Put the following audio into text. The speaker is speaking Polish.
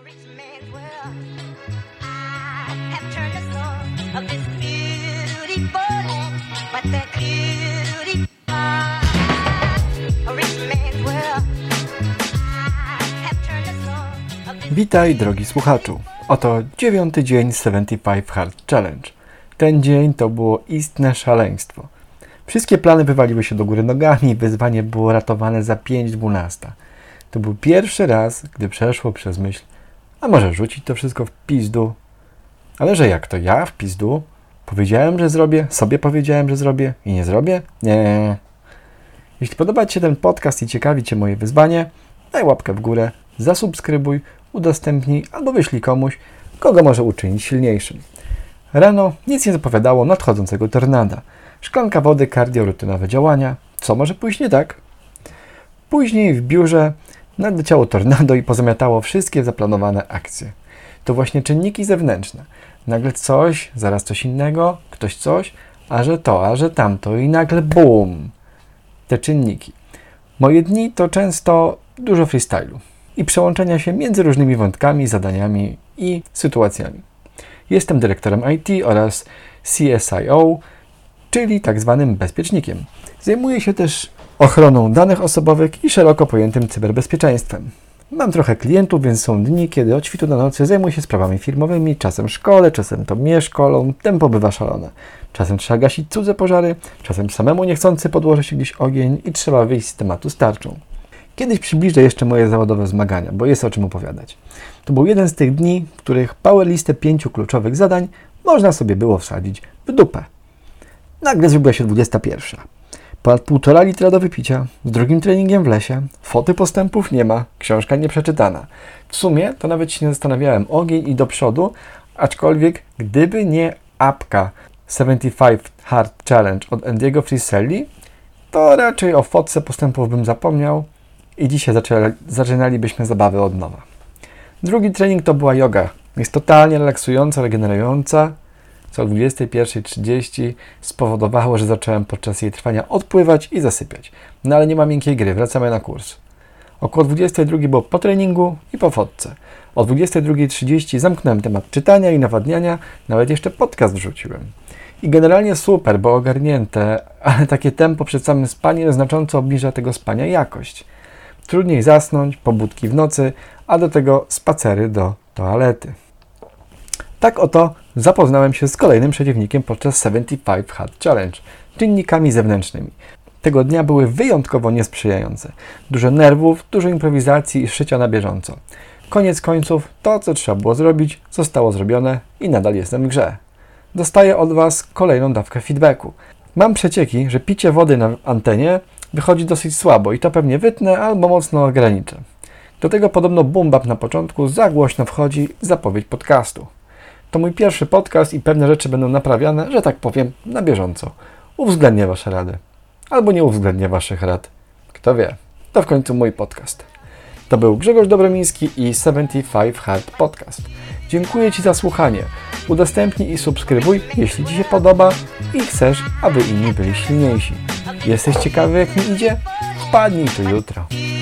rich man's world. I have turned the soul of this beautiful land, but that beauty a rich man's world. I have turned the soul of this. Witaj, drogi słuchaczu. Oto 9. dzień 75 Hard Challenge. Ten dzień to było istne szaleństwo. Wszystkie plany wywaliły się do góry nogami i wyzwanie było ratowane za 5:12. To był pierwszy raz, gdy przeszło przez myśl, a może rzucić to wszystko w pizdu? Ale że jak to ja w pizdu? Powiedziałem, że zrobię, sobie powiedziałem, że zrobię i nie zrobię? Nie. Jeśli podoba Ci się ten podcast i ciekawi Cię moje wyzwanie, daj łapkę w górę, zasubskrybuj, udostępnij albo wyślij komuś, kogo może uczynić silniejszym. Rano nic nie zapowiadało nadchodzącego tornada. Szklanka wody, cardio, rutynowe działania. Co może pójść nie tak? Później w biurze nadleciało tornado i pozamiatało wszystkie zaplanowane akcje. To właśnie czynniki zewnętrzne. Nagle coś, zaraz coś innego, ktoś coś, a że to, a że tamto i nagle BUM! Te czynniki. Moje dni to często dużo freestylu i przełączenia się między różnymi wątkami, zadaniami i sytuacjami. Jestem dyrektorem IT oraz CSIO, czyli tak zwanym bezpiecznikiem. Zajmuję się też ochroną danych osobowych i szeroko pojętym cyberbezpieczeństwem. Mam trochę klientów, więc są dni, kiedy od świtu do nocy zajmuję się sprawami firmowymi, czasem szkole, czasem to mnie szkolą, tempo bywa szalone. Czasem trzeba gasić cudze pożary, czasem samemu niechcący podłoży się gdzieś ogień i trzeba wyjść z tematu z tarczą. Kiedyś przybliżę jeszcze moje zawodowe zmagania, bo jest o czym opowiadać. To był jeden z tych dni, w których powerlistę 5 kluczowych zadań można sobie było wsadzić w dupę. Nagle zrobiła się 21. Ponad 1,5 litra do wypicia, z drugim treningiem w lesie, foty postępów nie ma, książka nieprzeczytana. W sumie to nawet się nie zastanawiałem, ogień i do przodu, aczkolwiek gdyby nie apka 75 Hard Challenge od Andy'ego Friselli, to raczej o fotce postępów bym zapomniał i dzisiaj zaczynalibyśmy zabawę od nowa. Drugi trening to była yoga. Jest totalnie relaksująca, regenerująca, co o 21:30 spowodowało, że zacząłem podczas jej trwania odpływać i zasypiać. No ale nie ma miękkiej gry, wracamy na kurs. Około 22 było po treningu i po fotce. O 22:30 zamknąłem temat czytania i nawadniania, nawet jeszcze podcast wrzuciłem. I generalnie super, bo ogarnięte, ale takie tempo przed samym spaniem znacząco obniża tego spania jakość. Trudniej zasnąć, pobudki w nocy, a do tego spacery do toalety. Tak oto zapoznałem się z kolejnym przeciwnikiem podczas 75 Hard Challenge, czynnikami zewnętrznymi. Tego dnia były wyjątkowo niesprzyjające. Dużo nerwów, dużo improwizacji i szycia na bieżąco. Koniec końców, to co trzeba było zrobić, zostało zrobione i nadal jestem w grze. Dostaję od Was kolejną dawkę feedbacku. Mam przecieki, że picie wody na antenie wychodzi dosyć słabo i to pewnie wytnę albo mocno ograniczę. Do tego podobno boom bap na początku za głośno wchodzi zapowiedź podcastu. To mój pierwszy podcast i pewne rzeczy będą naprawiane, że tak powiem, na bieżąco. Uwzględnię Wasze rady. Albo nie uwzględnię Waszych rad. Kto wie. To w końcu mój podcast. To był Grzegorz Dobromiński i 75 Hard Podcast. Dziękuję Ci za słuchanie. Udostępnij i subskrybuj, jeśli Ci się podoba i chcesz, aby inni byli silniejsi. Jesteś ciekawy, jak mi idzie? Wpadnij tu jutro.